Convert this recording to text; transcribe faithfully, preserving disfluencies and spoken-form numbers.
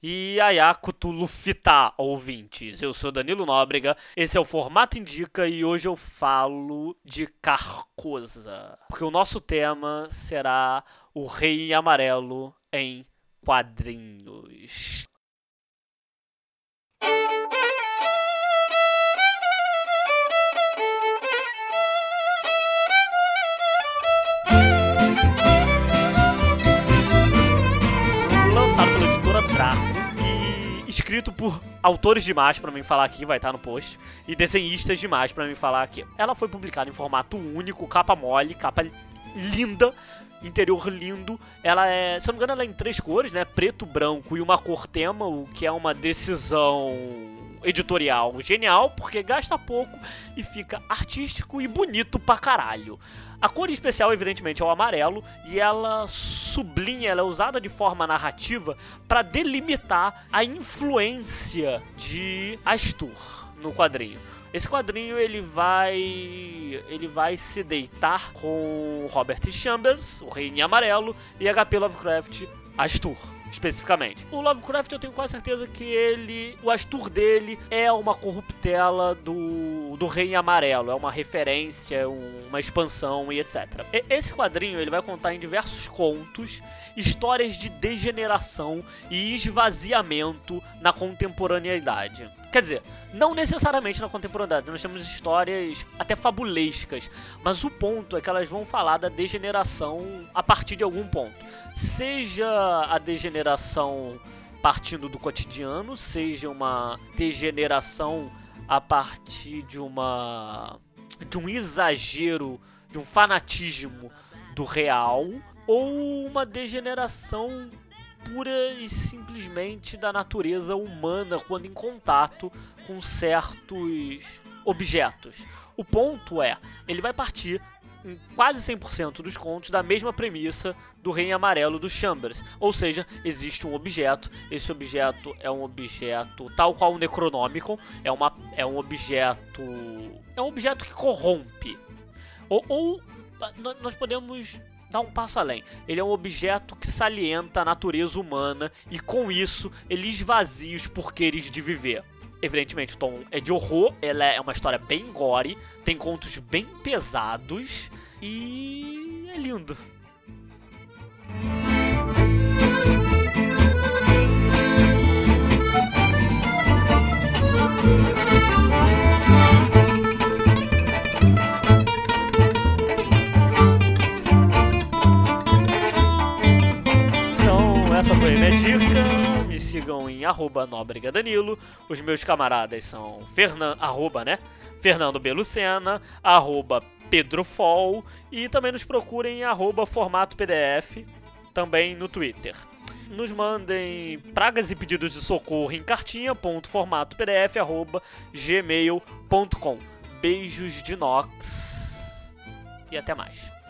E Ayá Cthulhu Fitá, ouvintes. Eu sou Danilo Nóbrega, esse é o Formato Indica e hoje eu falo de Carcosa. Porque o nosso tema será o Rei Amarelo em quadrinhos. Lançado pela editora Draco e escrito por autores demais pra mim falar aqui, vai estar no post, e desenhistas demais pra mim falar aqui. Ela foi publicada em formato único, capa mole, capa linda, interior lindo. Ela é, se eu não me engano, ela é em três cores, né? Preto, branco e uma cor tema, o que é uma decisão editorial genial, porque gasta pouco e fica artístico e bonito pra caralho. A cor especial, evidentemente, é o amarelo, e ela sublinha, ela é usada de forma narrativa para delimitar a influência de Astur no quadrinho. Esse quadrinho ele vai ele vai se deitar com Robert Chambers, o Rei em Amarelo, e H P Lovecraft Astur, especificamente. O Lovecraft eu tenho quase certeza que ele, o Astur dele é uma corruptela do, do Rei em Amarelo, é uma referência, uma expansão e etcétera. E, esse quadrinho ele vai contar em diversos contos histórias de degeneração e esvaziamento na contemporaneidade. Quer dizer, não necessariamente na contemporaneidade, nós temos histórias até fabulescas, mas o ponto é que elas vão falar da degeneração a partir de algum ponto. Seja a degeneração partindo do cotidiano, seja uma degeneração a partir de uma de um exagero, de um fanatismo do real, ou uma degeneração pura e simplesmente da natureza humana quando em contato com certos objetos. O ponto é, ele vai partir em quase cem por cento dos contos da mesma premissa do Rei Amarelo do Chambers. Ou seja, existe um objeto, esse objeto é um objeto tal qual o Necronomicon, é, uma, é um objeto é um objeto que corrompe. Ou, ou nós podemos dar um passo além. Ele é um objeto que salienta a natureza humana e com isso ele esvazia os porquês de viver. Evidentemente o tom é de horror, ela é uma história bem gore, tem contos bem pesados e é lindo. Essa foi a minha dica. Me sigam em arroba Nóbrega Danilo. Os meus camaradas são Fernan, arroba, né? Fernando Belucena, arroba Pedro Fol, e também nos procurem em arroba Formato P D F, também no Twitter. Nos mandem pragas e pedidos de socorro em cartinha.formatopdf arroba gmail ponto com. Beijos de Nox e até mais.